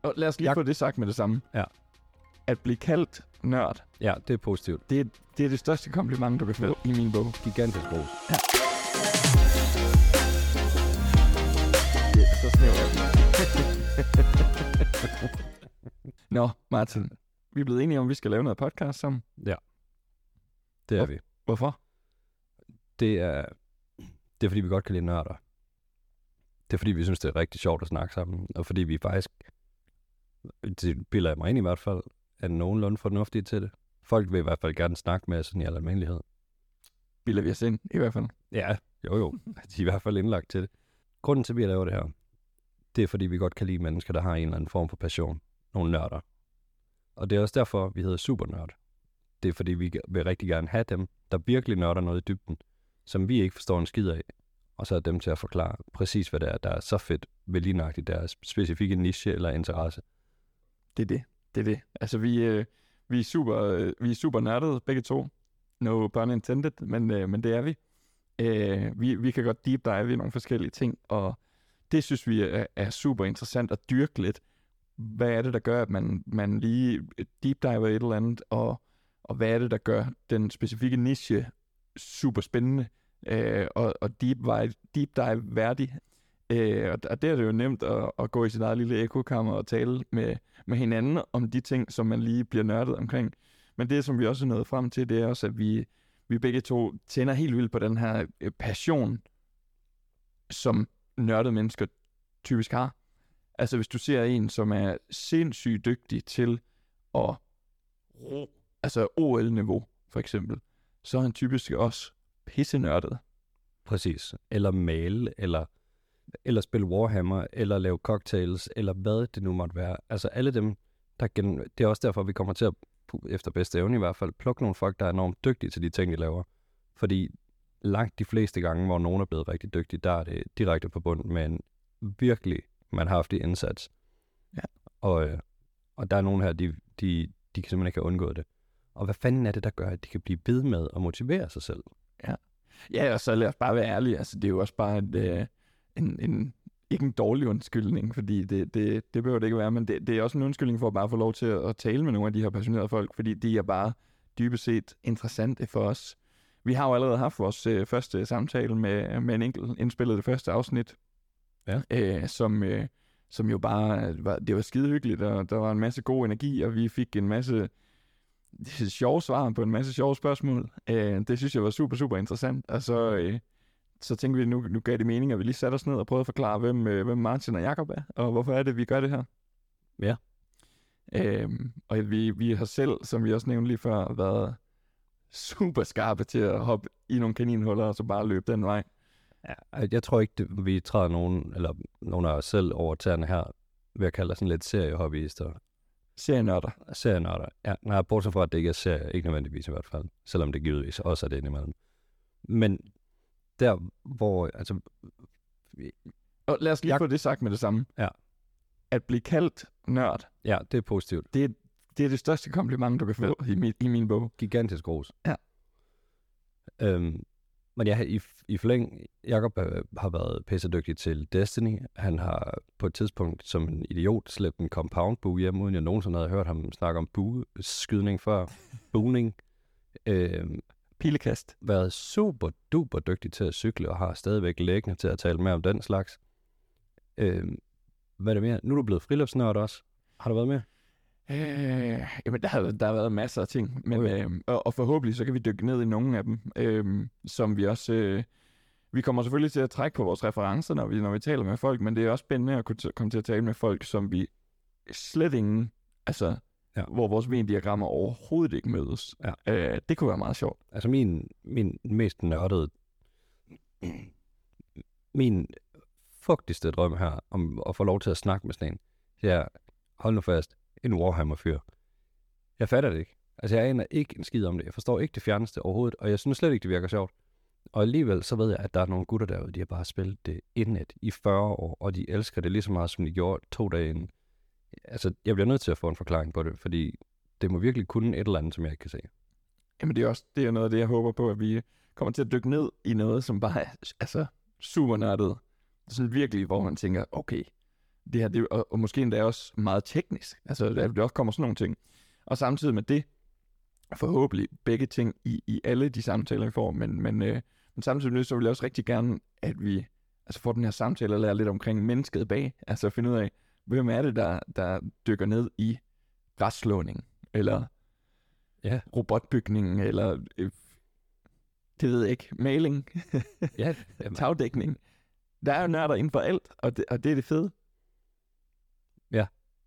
Og lad os lige få det sagt med det samme. Ja. At blive kaldt nørd. Ja, det er positivt. Det er det største kompliment, du kan få i min bog. Gigantisk ros. Ja. Det er så snævert. Nå, Martin. Vi er blevet enige om, at vi skal lave noget podcast sammen. Ja. Det er vi. Hvorfor? Det er fordi, vi godt kan lide nørder. Det er fordi, vi synes, det er rigtig sjovt at snakke sammen. Og fordi vi faktisk, det bilder jeg mig ind i hvert fald, er nogenlunde fornuftige til det. Folk vil i hvert fald gerne snakke med os sådan i al almindelighed. Bilder vi os ind, i hvert fald? Ja, jo. De er i hvert fald indlagt til det. Grunden til, at vi laver det her, det er fordi, vi godt kan lide mennesker, der har en eller anden form for passion. Nogle nørder. Og det er også derfor, vi hedder Supernørd. Det er fordi, vi vil rigtig gerne have dem, der virkelig nørder noget i dybden, som vi ikke forstår en skid af. Og så er dem til at forklare præcis, hvad det er, der er så fedt ved lige nøjagtigt deres specifikke niche eller interesse. Det er det. Altså, vi er super nørdede, begge to. No pun intended, men det er vi. Vi kan godt deep dive i nogle forskellige ting, og det synes vi er super interessant at dyrke lidt. Hvad er det, der gør, at man lige deep diver et eller andet, og hvad er det, der gør den specifikke niche super spændende og deep dive værdig. Og det er det jo nemt at gå i sit eget lille ekokammer og tale med hinanden om de ting, som man lige bliver nørdet omkring. Men det, som vi også er nået frem til, det er også, at vi begge to tænder helt vildt på den her passion, som nørdede mennesker typisk har. Altså hvis du ser en, som er sindssygt dygtig til at ro, altså OL-niveau for eksempel, så er han typisk også pissenørdet. Præcis. Eller male, eller spille Warhammer, eller lave cocktails, eller hvad det nu måtte være. Altså alle dem, det er også derfor, vi kommer til at, efter bedste evne i hvert fald, plukke nogle folk, der er enormt dygtige til de ting, de laver. Fordi langt de fleste gange, hvor nogen er blevet rigtig dygtige, der er det direkte forbundet med en virkelig manhaftig indsats. Ja. Og der er nogen her, de kan simpelthen ikke have undgået det. Og hvad fanden er det, der gør, at de kan blive ved med at motivere sig selv? Ja, og så lad os bare være ærlige. Altså, det er jo også bare ikke en dårlig undskyldning, fordi det behøver det ikke være, men det er også en undskyldning for at bare få lov til at tale med nogle af de her passionerede folk, fordi de er bare dybest set interessante for os. Vi har jo allerede haft vores første samtale med en enkelt indspillet det første afsnit, som jo bare det var skide hyggeligt, og der var en masse god energi, og vi fik en masse sjove svar på en masse sjove spørgsmål. Det synes jeg var super, super interessant. Og så tænkte vi, nu gav det mening, at vi lige satte os ned og prøvede at forklare, hvem Martin og Jakob er, og hvorfor er det, vi gør det her. Ja. Og vi har selv, som vi også nævnte lige før, været super skarpe til at hoppe i nogle kaninhuller, og så bare løbe den vej. Ja, jeg tror ikke, vi træder nogen af os selv over tæerne her, ved at kalde os sådan lidt seriehobbyister. Serienørder. Ja, nej, bortset fra, at det ikke er serie, ikke nødvendigvis i hvert fald, selvom det givetvis også er det indimellem. Men der, hvor, altså... Og lad os lige få det sagt med det samme. Ja. At blive kaldt nørd. Ja, det er positivt. Det er det største kompliment, du kan få i min bog. Gigantisk ros. Ja. Men ja, i forlæng, Jakob har været pissedygtig til Destiny. Han har på et tidspunkt som en idiot slæbt en compound bue hjem, uden jeg nogensinde havde hørt ham snakke om bueskydning før. Buning. Pilekast. Været super duper dygtig til at cykle, og har stadigvæk læggende til at tale mere om den slags. Hvad er det mere? Nu er du blevet friluftsnørd også. Har du været med? Jamen, der har været masser af ting, men, og forhåbentlig så kan vi dykke ned i nogle af dem, som vi også... vi kommer selvfølgelig til at trække på vores referencer, når vi taler med folk, men det er også spændende at kunne komme til at tale med folk, som vi slet ingen... Altså, hvor vores Venn-diagrammer overhovedet ikke mødes. Ja. Det kunne være meget sjovt. Altså min mest nørdede... Min fugtigste drøm her, om at få lov til at snakke med sådan en, det er, hold nu fast, en Warhammer-fyr. Jeg fatter det ikke. Altså, jeg aner ikke en skid om det. Jeg forstår ikke det fjerneste overhovedet, og jeg synes slet ikke, det virker sjovt. Og alligevel, så ved jeg, at der er nogle gutter derude, de har bare spillet det indet i 40 år, og de elsker det lige så meget, som de gjorde 2 dage inden. Altså, jeg bliver nødt til at få en forklaring på det, fordi det må virkelig kunne et eller andet, som jeg ikke kan se. Jamen, det er noget af det, jeg håber på, at vi kommer til at dykke ned i noget, som bare er altså super nørdet. Sådan virkelig, hvor man tænker, okay, det her, det, og måske endda også meget teknisk. Altså, der også kommer sådan nogle ting. Og samtidig med det, forhåbentlig begge ting i alle de samtaler, vi får, men samtidig med så vil jeg også rigtig gerne, at vi får den her samtale og lære lidt omkring mennesket bag. Altså finde ud af, hvem er det, der dykker ned i græsslåning, eller robotbygning, eller det ved jeg ikke, maling, tagdækning. Der er jo nørder inden for alt, og det er det fede. Ja.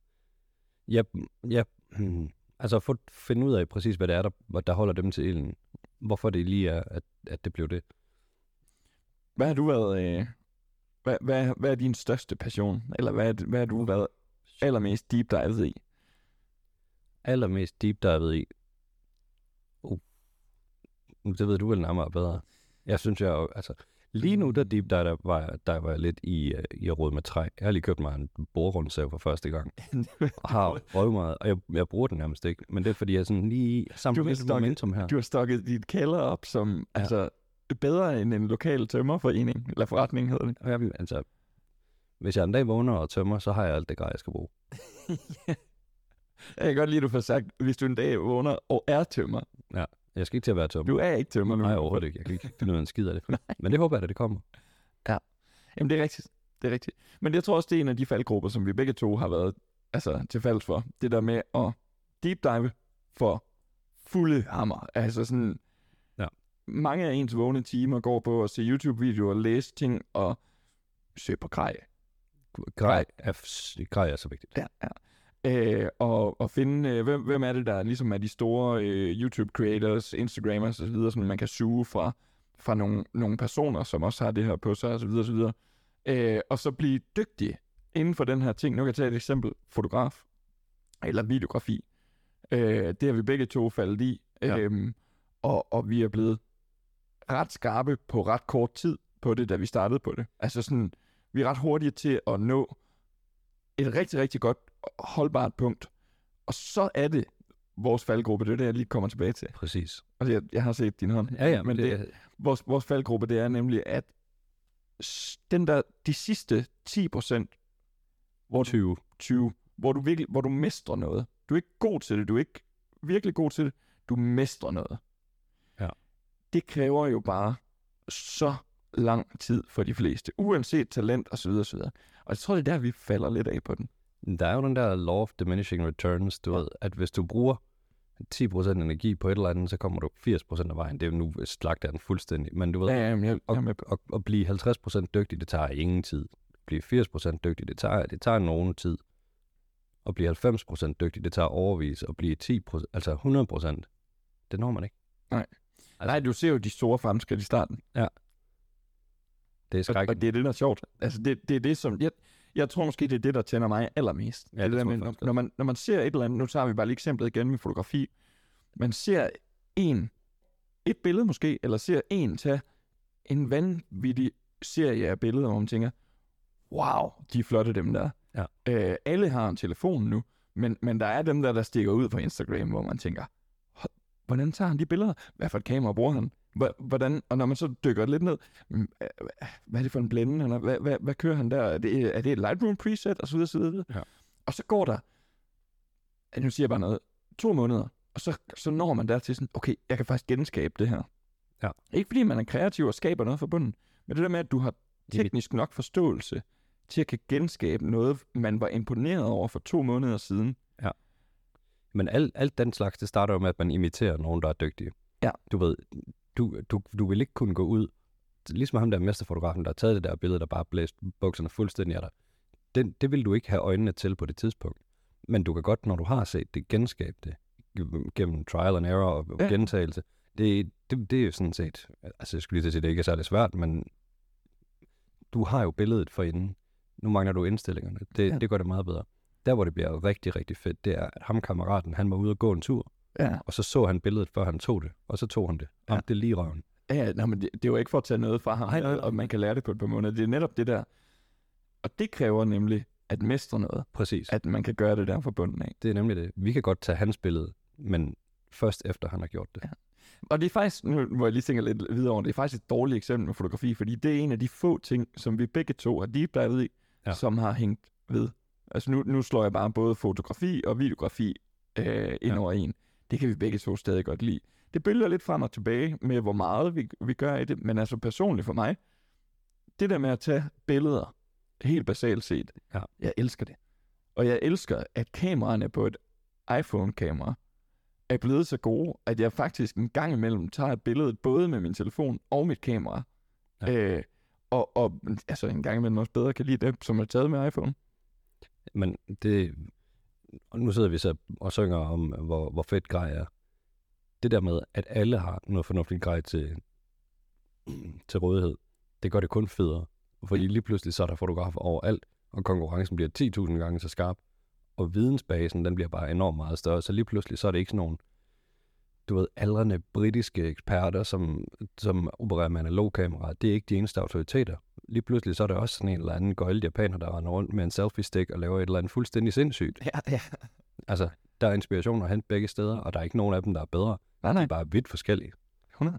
Altså finde ud af præcis, hvad det er, der holder dem til ilden. Hvorfor det lige er, at det blev det. Hvad har du været... Hvad er din største passion? Eller hvad har du været allermest deep divet i? Allermest deep divet i? Det ved du vel nærmere bedre. Jeg synes, lige nu, der deep dive, var jeg lidt i at rode med træ. Jeg har lige købt mig en borerundsav for første gang. Og har røvet meget, og jeg bruger den nærmest ikke. Men det er, fordi jeg sådan lige samler lidt momentum her. Du har stokket dit kælder op som, bedre end en lokal tømmerforening, eller forretning hedder det. Hvis jeg en dag vågner og tømmer, så har jeg alt det grej, jeg skal bruge. Jeg kan godt lide, at du får sagt, hvis du en dag vågner og er tømmer. Ja, jeg skal ikke til at være tømmer. Du er ikke tømmer nu. Nej, overhovedet ikke. Jeg kan ikke finde ud af en skid af det. Men det håber jeg, at det kommer. Ja, jamen det er rigtigt. Det er rigtigt. Men jeg tror også, det er en af de faldgrupper, som vi begge to har været til falds for. Det der med at deep dive for fulde hammer. Altså sådan... Mange af ens vågne timer går på at se YouTube-videoer, læse ting og søge på grej. Grej er så vigtigt. Ja. Og finde, hvem er det, der ligesom er de store YouTube-creators, Instagrammers osv., som man kan suge fra nogle personer, som også har det her på sig osv. Og så blive dygtig inden for den her ting. Nu kan jeg tage et eksempel. Fotograf eller videografi. Det har vi begge to faldet i. Ja. Og vi er blevet ret skarpe på ret kort tid på det, da vi startede på det. Altså sådan, vi er ret hurtige til at nå et rigtig, rigtig godt holdbart punkt. Og så er det vores faldgruppe, det er det, jeg lige kommer tilbage til. Præcis. Altså, jeg har set din hånd. Ja, men vores faldgruppe, det er nemlig, at de sidste 10%, hvor 20, hvor du mestrer noget. Du er ikke god til det, du er ikke virkelig god til det, du mestrer noget. Ja. Det kræver jo bare så lang tid for de fleste, uanset talent osv. osv. Og jeg tror, det er der, vi falder lidt af på den. Der er jo den der law of diminishing returns, du ved, at hvis du bruger 10% energi på et eller andet, så kommer du 80% af vejen. Det er jo nu slagt af den fuldstændig, men du ved, at blive 50% dygtig, det tager ingen tid. At blive 80% dygtig, det tager nogen tid. At blive 90% dygtig, det tager overvis. At blive 10%, altså 100%, det når man ikke. Nej. Nej, du ser jo de store fremskridt i starten. Ja. Det er skrækkeligt. Og det er det, der er sjovt. Altså, det er det, som... Jeg tror måske, det er det, der tænder mig allermest. Ja, det der med, når man ser et eller andet... Nu tager vi bare lige eksemplet igen med fotografi. Man ser et billede måske, eller ser en tage en vanvittig serie af billeder, hvor man tænker, wow, de er flotte, dem der. Ja. Alle har en telefon nu, men der er dem der stikker ud på Instagram, hvor man tænker, hvordan tager han de billeder? Hvad for et kamera bruger han? Hvordan? Og når man så dykker lidt ned, hvad er det for en blænde? Eller hvad kører han der? Er det et Lightroom preset? Og så videre, så videre. Ja. Og så går der, nu siger jeg bare noget, 2 måneder, og så når man der til sådan, okay, jeg kan faktisk genskabe det her. Ja. Ikke fordi man er kreativ og skaber noget for bunden, men det der med, at du har teknisk nok forståelse til at kan genskabe noget, man var imponeret over for 2 måneder siden. Ja. Men alt den slags, det starter jo med, at man imiterer nogen, der er dygtige. Ja. Du ved, du vil ikke kunne gå ud, ligesom ham der mesterfotografen, der har taget det der billede, der bare blæst bukserne fuldstændig af dig. Det vil du ikke have øjnene til på det tidspunkt. Men du kan godt, når du har set det, genskabe det gennem trial and error og gentagelse. Det er jo sådan set, altså jeg skulle lige til at sige, det ikke er særlig svært, men du har jo billedet for inden. Nu mangler du indstillingerne. Det gør det meget bedre. Der, hvor det bliver rigtig, rigtig fedt, det er, at ham kammeraten, han var ude og gå en tur, og så han billedet, før han tog det, og så tog han det. Ja. Det lige røven. Ja, men det er jo ikke for at tage noget fra ham, og man kan lære det på et par måneder. Det er netop det der. Og det kræver nemlig at mestre noget. Præcis. At man kan gøre det der fra bunden af. Det er nemlig det. Vi kan godt tage hans billede, men først efter han har gjort det. Ja. Og det er faktisk, nu hvor jeg lige tænker lidt videre over, det er faktisk et dårligt eksempel med fotografi, fordi det er en af de få ting, som vi begge to har deep divet i, som har hængt ved. Altså nu slår jeg bare både fotografi og videografi ind over en. Det kan vi begge to stadig godt lide. Det bølger lidt frem og tilbage med, hvor meget vi gør i det, men altså personligt for mig, det der med at tage billeder, helt basalt set, jeg elsker det. Og jeg elsker, at kameraerne på et iPhone-kamera er blevet så gode, at jeg faktisk en gang imellem tager et billede både med min telefon og mit kamera. Ja. Og altså en gang imellem også bedre kan lide det, som er taget med iPhone. Men det... Og nu sidder vi så og synger om, hvor fedt grej er. Det der med, at alle har noget fornuftigt grej til rådighed, det gør det kun federe. Fordi lige pludselig så er der fotografer overalt, og konkurrencen bliver 10.000 gange så skarp, og vidensbasen, den bliver bare enormt meget større. Så lige pludselig så er det ikke sådan nogle, du ved, aldrende britiske eksperter, som opererer med analogkamera. Det er ikke de eneste autoriteter. Lige pludselig så er der også sådan en eller anden gøjlet japaner, der render rundt med en selfie-stick og laver et eller andet fuldstændig sindssygt. Ja. Altså, der er inspiration at hente begge steder, og der er ikke nogen af dem, der er bedre. Nej. De er bare vidt forskellige. 100.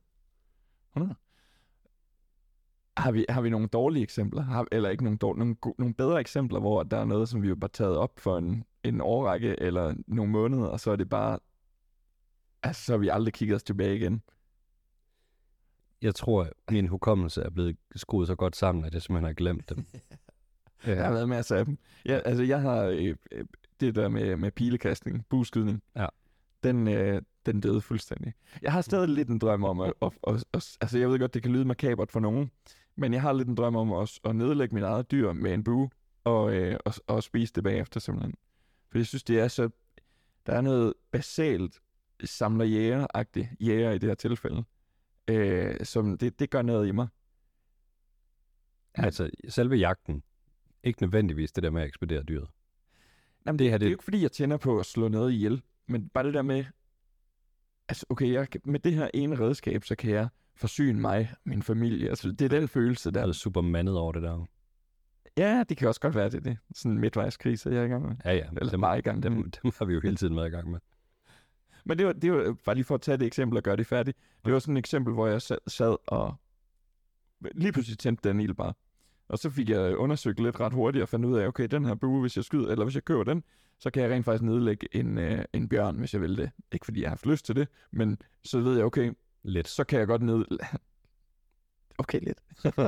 Har vi nogle dårlige eksempler? Eller ikke nogle bedre eksempler, hvor der er noget, som vi jo bare taget op for en årrække eller nogle måneder, og så er det bare... Altså, så har vi aldrig kigget os tilbage igen. Jeg tror, at min hukommelse er blevet skruet så godt sammen, at jeg simpelthen har glemt dem. Der har været masser af dem. Ja, altså, jeg har det der med pilekastning, bueskydning. Ja. Den døde fuldstændig. Jeg har stadig lidt en drøm om altså, jeg ved godt, det kan lyde makabert for nogen, men jeg har lidt en drøm om at nedlægge mit eget dyr med en bue og spise det bagefter simpelthen. For jeg synes, det er så... Der er noget basalt samler-jæger-agtigt jæger i det her tilfælde, som det gør noget i mig. Altså, selve jagten, ikke nødvendigvis det der med at ekspedere dyret. Jamen, det er jo ikke fordi, jeg tænder på at slå noget ihjel, men bare det der med, altså okay, med det her ene redskab, så kan jeg forsyne mig, min familie. Altså, det er den følelse, der... er super mandet over det der. Ja, det kan også godt være, det er sådan en midtvejskrise, jeg er i gang med. Ja. Eller meget i gang. Dem har vi jo hele tiden været i gang med. Men det var bare lige for at tage det eksempel og gøre det færdigt. Det var sådan et eksempel, hvor jeg sad og lige pludselig tændte den ildbar. Og så fik jeg undersøgt lidt ret hurtigt og fandt ud af, okay, den her bue, hvis jeg skyder, eller hvis jeg køber den, så kan jeg rent faktisk nedlægge en bjørn, hvis jeg vil det. Ikke fordi jeg har haft lyst til det, men så ved jeg, okay, lidt. Så kan jeg godt okay, lidt.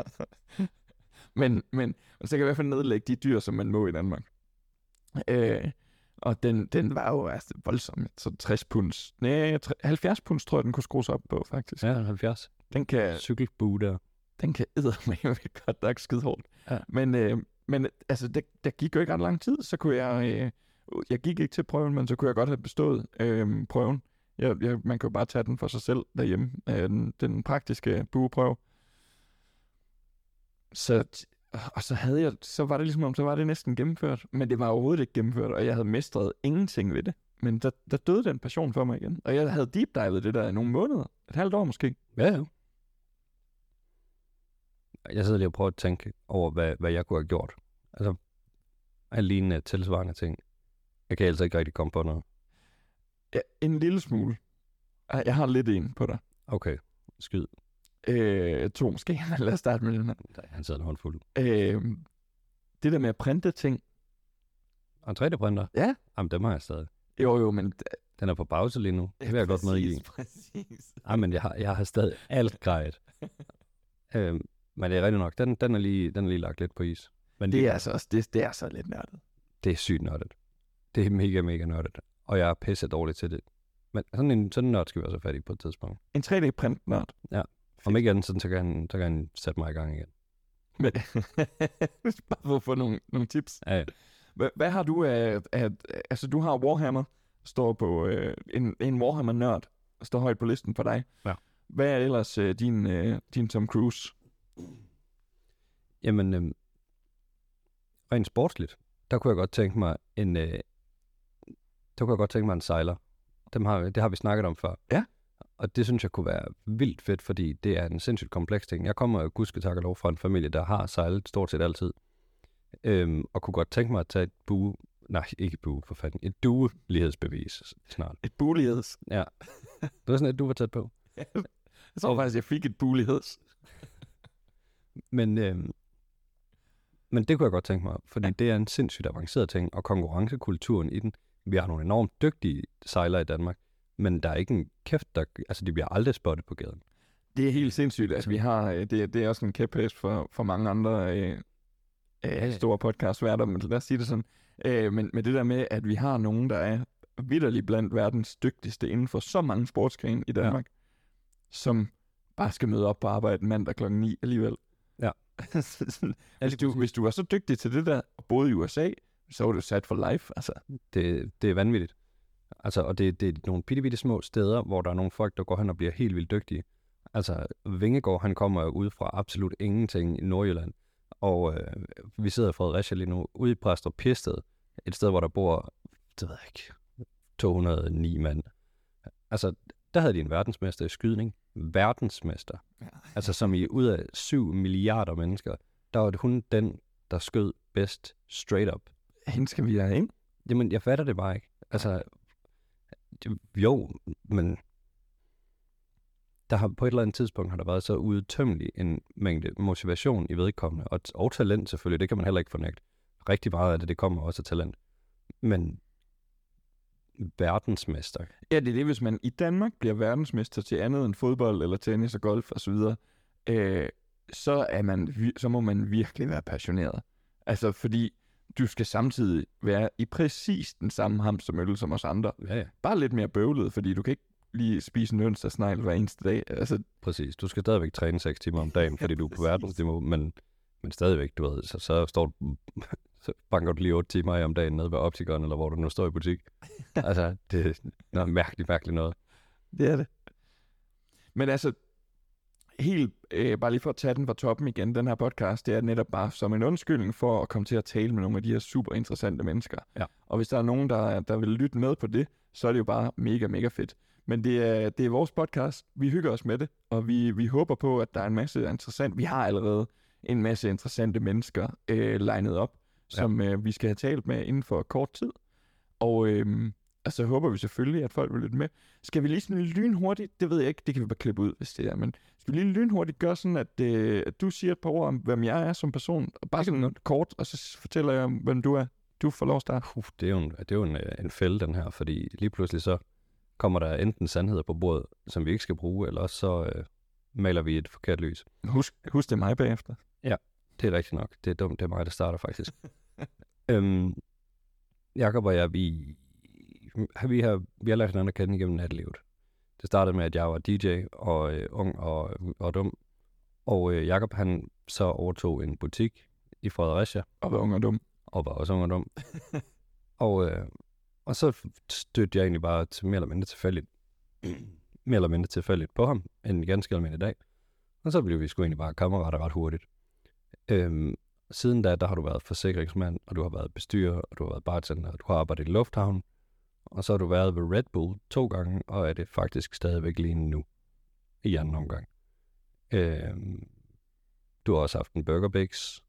men så kan jeg i hvert fald nedlægge de dyr, som man må i Danmark. Og den var jo altså voldsom. Så 60 punds. Nej, 70 punds tror jeg, den kunne skrues op på, faktisk. Ja, 70. Den kan... Cykelbue der. Den kan eddermame godt nok skide hårdt. Ja. Men altså, der gik jo ikke ret lang tid, så kunne jeg... jeg gik ikke til prøven, men så kunne jeg godt have bestået prøven. Man kan jo bare tage den for sig selv derhjemme. Den praktiske bueprøve. Så var det ligesom om, så var det næsten gennemført. Men det var overhovedet ikke gennemført, og jeg havde mestret ingenting ved det. Men der døde den passion for mig igen. Og jeg havde deep divet det der i nogle måneder. Et halvt år måske. Ja. Jeg sidder lige og prøver at tænke over, hvad jeg kunne have gjort. Altså, alene tilsvarende ting. Jeg kan altså ikke rigtig komme på noget. Ja, en lille smule. Jeg har lidt en på dig. Okay, skyd. 2 måske. Lad os starte med den her. Han sidder en håndfuld. Det der med at printe ting. Og en 3D-printer? Ja. Jamen, dem har jeg stadig. Jo, men... Den er på pause lige nu. Det vil jeg godt medgive. Præcis. Men jeg har stadig alt grejet. Men det er rigtigt nok. Den er lige lagt lidt på is. Men det er altså også, det er så lidt nørdet. Det er sygt nørdet. Det er mega, mega nørdet. Og jeg er pisse dårlig til det. Men sådan en nørd skal vi også have fat i på et tidspunkt. En 3D-print-nørd? Ja. Om ikke andet, så kan han sætte mig i gang igen. Men, bare for at få nogle tips. Ja. Hvad har du af... Altså, du har Warhammer, står på... en Warhammer-nørd, står højt på listen for dig. Ja. Hvad er ellers din Tom Cruise? Jamen, rent sportsligt, der kunne jeg godt tænke mig en sejler. Det har vi snakket om før. Ja. Og det synes jeg kunne være vildt fedt, fordi det er en sindssygt kompleks ting. Jeg kommer jo tak og lov fra en familie, der har sejlet stort set altid. Og kunne godt tænke mig at tage et duelighedsbevis snart. Et bueligheds? Ja. Det var sådan, at du var tæt på. Jeg tror faktisk, jeg fik et bueligheds. Men Men det kunne jeg godt tænke mig, fordi det er en sindssygt avanceret ting, og konkurrencekulturen i den. Vi har nogle enormt dygtige sejlere i Danmark, men der er ikke en kæft, altså de bliver aldrig spottet på gaden. Det er helt sindssygt. Altså, vi har, det er også en kæphest for mange andre store podcastværter, men lad os sige det sådan. Men det der med, at vi har nogen, der er vitterligt blandt verdens dygtigste inden for så mange sportsgrene i Danmark, som bare skal møde op på arbejde mandag kl. 9 alligevel. Ja. hvis du var så dygtig til det der, og boede i USA, så var du sat for life. Altså. Det er vanvittigt. Altså, og det er nogle bitte små steder, hvor der er nogle folk, der går hen og bliver helt vildt dygtige. Altså, Vingegaard, han kommer ud fra absolut ingenting i Nordjylland. Og vi sidder i Fredericia lige nu, ude i Præstrup Pirsted, et sted, hvor der bor, det ved jeg ikke, 209 mand. Altså, der havde de en verdensmester i skydning. Verdensmester. Ja. Altså, som i ud af 7 milliarder mennesker, der var det hun den, der skød bedst straight up. Hende skal vi have ind? Jamen, jeg fatter det bare ikke. Altså, jo, men der har på et eller andet tidspunkt har der været så udtømmelig en mængde motivation i vedkommende, og talent selvfølgelig, det kan man heller ikke fornægte. Rigtig meget af det kommer også af talent. Men verdensmester. Ja, det er det, hvis man i Danmark bliver verdensmester til andet end fodbold, eller tennis og golf osv., så må man virkelig være passioneret. Altså, fordi du skal samtidig være i præcis den samme hamstermølle som os andre. Ja. Bare lidt mere bøvlet, fordi du kan ikke lige spise en onsdagsnegl hver eneste dag. Altså. Præcis. Du skal stadigvæk træne 6 timer om dagen, fordi du er på verdensniveau, men stadigvæk, du ved, så står så banker du lige 8 timer om dagen nede ved optikeren, eller hvor du nu står i butik. Altså, det er noget mærkeligt noget. Det er det. Men altså, helt bare lige for at tage den fra toppen igen, den her podcast, det er netop bare som en undskyldning for at komme til at tale med nogle af de her super interessante mennesker. Ja. Og hvis der er nogen, der vil lytte med på det, så er det jo bare mega fedt. Men det er vores podcast. Vi hygger os med det, og vi håber på, at der er en masse interessant. Vi har allerede en masse interessante mennesker legnet op, som vi skal have talt med inden for kort tid. Og så håber vi selvfølgelig, at folk vil lytte med. Skal vi lige sådan lynhurtigt, det ved jeg ikke, det kan vi bare klippe ud, hvis det er, men skal vi lige lynhurtigt gøre sådan, at du siger et par ord om, hvem jeg er som person, og bare sådan noget kort, og så fortæller jeg, hvem du er. Du får lov at starte. Det er jo en fælde, den her, fordi lige pludselig så kommer der enten sandheder på bordet, som vi ikke skal bruge, eller så maler vi et forkert lys. Husk det er mig bagefter. Ja, det er rigtigt nok. Det er dumt, det er mig, der starter faktisk. Jakob og jeg, vi har lært hinanden at kende igennem nattelivet. Det startede med, at jeg var DJ og ung og dum. Og Jakob, han så overtog en butik i Fredericia. Og var ung og dum. Og var også ung og dum. Og så stødte jeg egentlig bare til mere eller mindre tilfældigt på ham, en ganske almindelig dag. Og så blev vi sgu egentlig bare kammerater ret hurtigt. Siden da, der har du været forsikringsmand, og du har været bestyrer, og du har været bartender, og du har arbejdet i lufthavnen. Og så har du været ved Red Bull 2 gange, og er det faktisk stadigvæk lige nu i anden omgang. Du har også haft en Burger Bakes.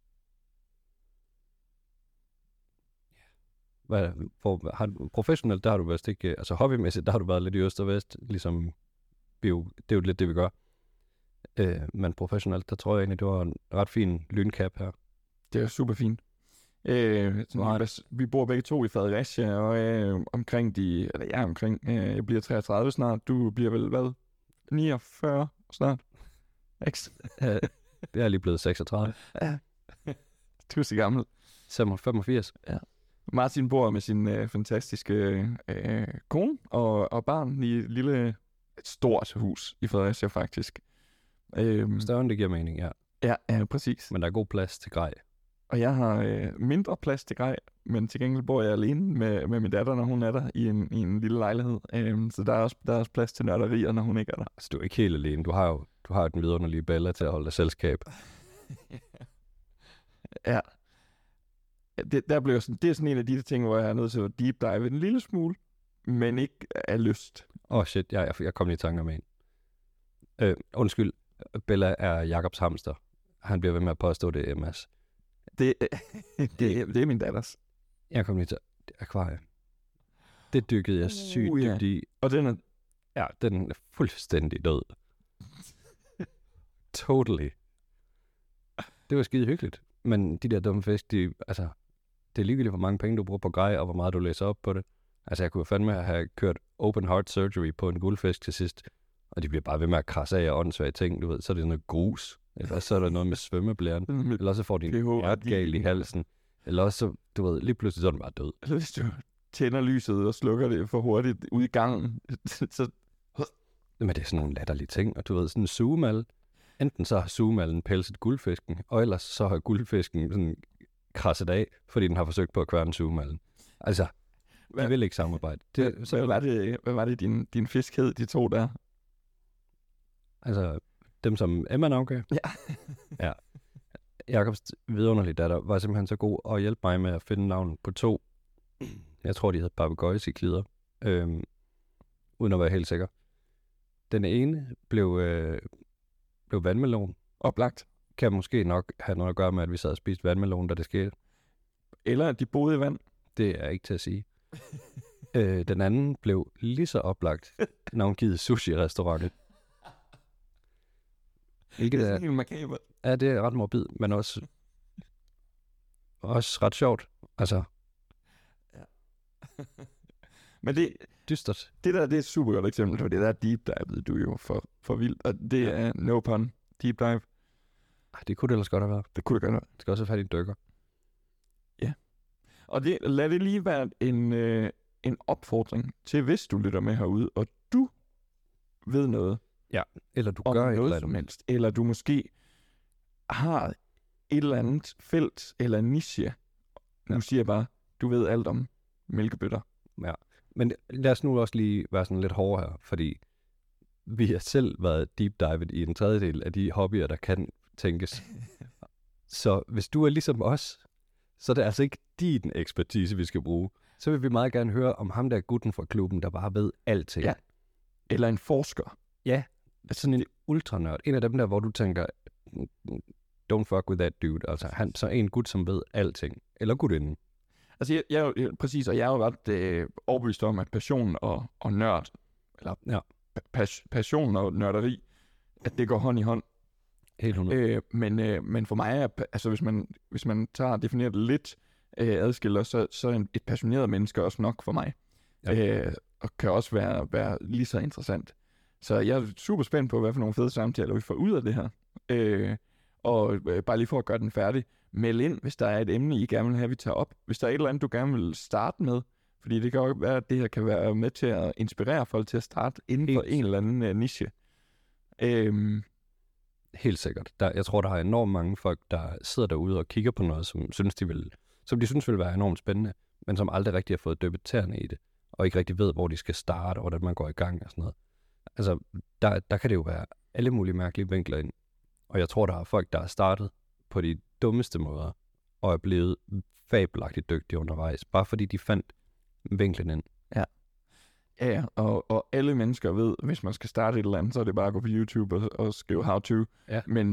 Professionelt, der har du vist ikke, altså hobbymæssigt, der har du været lidt i øst og vest, ligesom det er jo lidt det, vi gør. Men professionelt, der tror jeg egentlig, det var en ret fin lyncap her. Det er super fint. Vi bor begge to i Fredericia, og omkring jeg bliver 33 snart, du bliver vel hvad? 49 snart? Jeg er lige blevet 36. Ja. Du er så gammel. 85. Ja. Martin bor med sin fantastiske kone og barn i et stort hus i Fredericia faktisk. Større end det giver mening, ja. Ja, præcis. Men der er god plads til grej. Og jeg har mindre plads til grej, men til gengæld bor jeg alene med min datter, når hun er der i en lille lejlighed. Så der er også plads til nørderier, når hun ikke er der. Altså, du er ikke helt alene. Du har den vidunderlige Bella til at holde dig selskab. Ja. Det er sådan en af de ting, hvor jeg er nødt til at deep dive en lille smule, men ikke af lyst. Shit, jeg kom lige i tanker med en. Undskyld, Bella er Jakobs hamster. Han bliver ved med at påstå, det er Mads. Det er min datters. Jeg kom lige til akvarie. Det dykkede jeg sygt dybt i. Og den er fuldstændig død. Totally. Det var skide hyggeligt. Men de der dumme fisk, det er ligegyldigt, hvor mange penge du bruger på grej, og hvor meget du læser op på det. Altså, jeg kunne fandme have kørt open heart surgery på en guldfisk til sidst, og de bliver bare ved med at krasse af og åndssvage ting, du ved. Så er det noget grus, eller så er der noget med svømmeblæren, eller så får de en hjertegal i halsen, eller også, så, du ved, lige pludselig så er den bare død. Eller hvis du tænder lyset og slukker det for hurtigt ude i gangen, så... Men det er sådan nogle latterlige ting, og du ved, sådan en sugemal. Enten så har sugemallen pelset guldfisken, og ellers så har guldfisken sådan krasset af, fordi den har forsøgt på at kværne sugemallen. Altså, de vil ikke samarbejde. Hvad var det din fisk hed, de to der? Altså, dem som Emma navngav? Ja. Ja. Jakobs vidunderlige datter var simpelthen så god at hjælpe mig med at finde navnet på 2. Jeg tror, de hed papegøjesiklider. Uden at være helt sikker. Den ene blev vandmelon. Oplagt. Kan måske nok have noget at gøre med, at vi sad og spiste vandmelon, da det skete. Eller at de boede i vand. Det er ikke til at sige. Den anden blev lige så oplagt navngivet sushi-restauranten. Det er helt makabert. Ja, det er ret morbid, men også ret sjovt. Altså. Ja. Men det dystert. Det er et super godt eksempel på det der deep dive, du jo for vildt. Og det er no pun, deep dive. Det kunne det ellers godt have været. Det kunne det godt have været. Det skal også have fat i en dykker. Ja. Og lad det lige være en opfordring til, hvis du lytter med herude, og du ved noget. Ja, eller du gør noget som helst. Eller du måske har et eller andet felt eller niche. Nu siger jeg bare, du ved alt om mælkebøtter. Ja, men lad os nu også lige være sådan lidt hårde her, fordi vi har selv været deep divet i en tredjedel af de hobbyer, der kan tænkes. Så hvis du er ligesom os, så er det altså ikke din ekspertise, vi skal bruge. Så vil vi meget gerne høre om ham der gutten fra klubben, der bare ved alting. Ja. Eller en forsker. Ja, sådan en ultranørd. En af dem der, hvor du tænker, don't fuck with that dude. Altså så en gut, som ved alting. Eller gutinden. Altså, præcis, og jeg er jo ret overbevist om, at passion og nørd, eller passion og nørderi, at det går hånd i hånd. Helt 100. Men for mig, altså hvis man tager og definerer det lidt adskiller, så et passioneret menneske også nok for mig. Ja. Og kan også være lige så interessant. Så jeg er super spændt på, hvad for nogle fede samtaler vi får ud af det her. Og bare lige for at gøre den færdig, meld ind, hvis der er et emne, I gerne vil have, vi tager op. Hvis der er et eller andet, du gerne vil starte med, fordi det kan jo være, at det her kan være med til at inspirere folk til at starte inden for en eller anden niche. Helt sikkert. Jeg tror, der er enormt mange folk, der sidder derude og kigger på noget, som de synes vil være enormt spændende, men som aldrig rigtig har fået dyppet tæerne i det, og ikke rigtig ved, hvor de skal starte, og hvordan man går i gang og sådan noget. Altså, der kan det jo være alle mulige mærkelige vinkler ind. Og jeg tror, der er folk, der er startet på de dummeste måder, og er blevet fabelagtigt dygtige undervejs, bare fordi de fandt vinklen ind. Ja. Ja, og alle mennesker ved, hvis man skal starte et eller andet, så er det bare at gå på YouTube og skrive how to. Ja. Men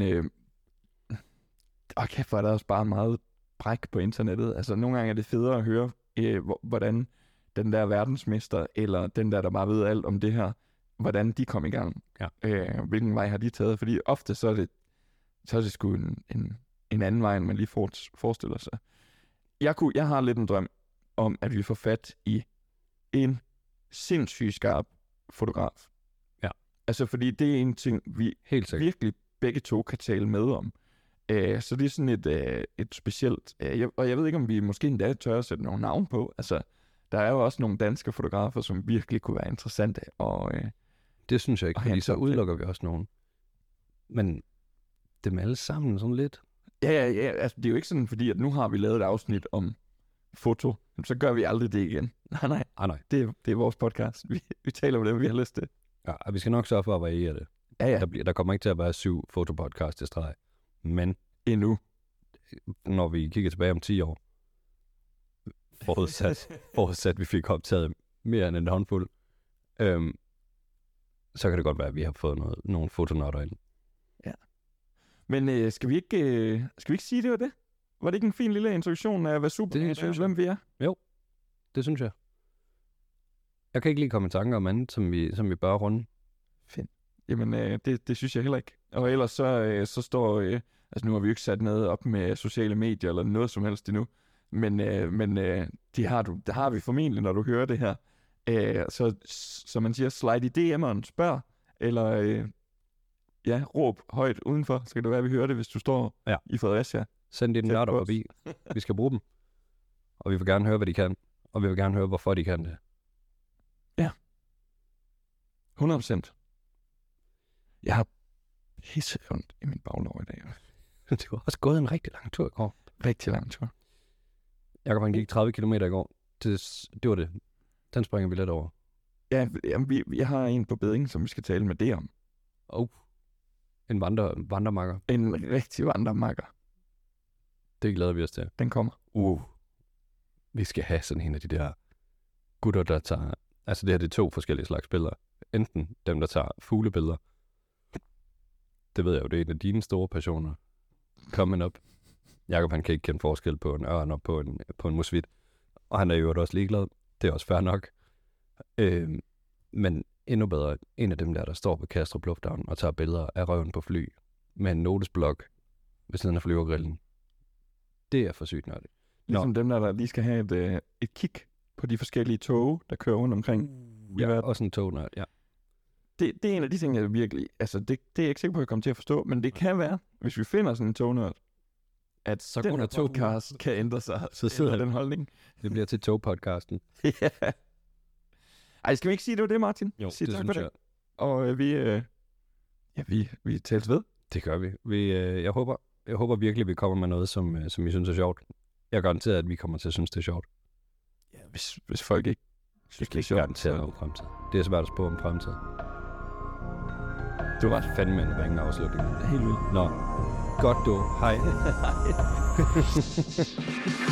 kæft, hvor er der også bare meget bræk på internettet. Altså, nogle gange er det federe at høre, hvordan den der verdensmester, eller den der bare ved alt om det her, hvordan de kom i gang. Ja. Hvilken vej har de taget? Fordi ofte så er det sgu en anden vej, end man lige forestiller sig. Jeg har lidt en drøm om, at vi får fat i en sindssygt skarp fotograf. Ja. Altså, fordi det er en ting, vi virkelig begge to kan tale med om. Så det er sådan et specielt... og jeg ved ikke, om vi måske endda tør at sætte nogle navn på. Altså, der er jo også nogle danske fotografer, som virkelig kunne være interessante. Det synes jeg ikke, fordi så udelukker vi også nogen. Men dem alle sammen sådan lidt. Ja, altså, det er jo ikke sådan, fordi at nu har vi lavet et afsnit om foto, så gør vi aldrig det igen. Nej. Det er vores podcast. Vi taler om det, vi har lyst til. Ja, og vi skal nok sørge for at variere det. Ja. Der kommer ikke til at være 7 fotopodcasts i streg. Men når vi kigger tilbage om 10 år, forudsat vi fik optaget mere end en håndfuld, så kan det godt være, at vi har fået nogle fotonauter ind. Ja. Men skal vi ikke sige, det var det? Var det ikke en fin lille introduktion af, hvad super hvem vi er? Jo, det synes jeg. Jeg kan ikke lige komme i tanker om andet, som vi bør runde. Fint. Jamen, det synes jeg heller ikke. Og ellers så står... Altså nu har vi jo ikke sat noget op med sociale medier eller noget som helst endnu. Men det har vi formentlig, når du hører det her. Så man siger, slide i DM'eren, spørg, eller råb højt udenfor, så kan det være, at vi hører det, hvis du står i Fredericia. Send dine nørder forbi. Vi skal bruge dem. Og vi vil gerne høre, hvad de kan. Og vi vil gerne høre, hvorfor de kan det. Ja. 100%. Jeg har pisse ondt i min baglov i dag. Det var også gået en rigtig lang tur i går. Rigtig lang tur. Jakob, han gik 30 km i går. Det var det. Den springer vi lidt over. Ja, jeg har en på beding, som vi skal tale med det om. En vandremakker. En rigtig vandremakker. Det glæder vi os til. Den kommer. Vi skal have sådan en af de der gutter, der tager... Altså det her, det er 2 forskellige slags billeder. Enten dem, der tager fuglebilleder. Det ved jeg jo, det er en af dine store passioner. Coming up. Jakob, han kan ikke kende forskel på en ørn og på en musvit. Og han er jo også ligeglad. Det er også fair nok. Men endnu bedre, en af dem der står på Kastrup Lufthavn og tager billeder af røven på fly med en notesblok ved siden af flyvergrillen. Det er for sygt nørdigt. Ligesom dem der lige skal have et kig på de forskellige tog, der kører rundt omkring. Ja, også en tognørd, ja. Det er en af de ting, jeg virkelig... Altså, det er jeg ikke sikker på, at jeg kommer til at forstå, men det kan være, hvis vi finder sådan en tognørd, at så den her podcast kan ændre sig. Så sidder den holdning. Det bliver til togpodcasten. Ja. Ej, skal vi ikke sige, det var det, Martin? Jo, sige det tak synes for det. Og vi tales ved. Det gør vi. Jeg håber virkelig, vi kommer med noget, som I synes er sjovt. Jeg garanterer, at vi kommer til at synes, det er sjovt. Ja, hvis folk ikke synes, det er sjovt. Garanteret om fremtid. Det er svært at spå om fremtid. Du var fandme en ringe afslutning. Helt vildt. Nå, godt du. Hej. Hej.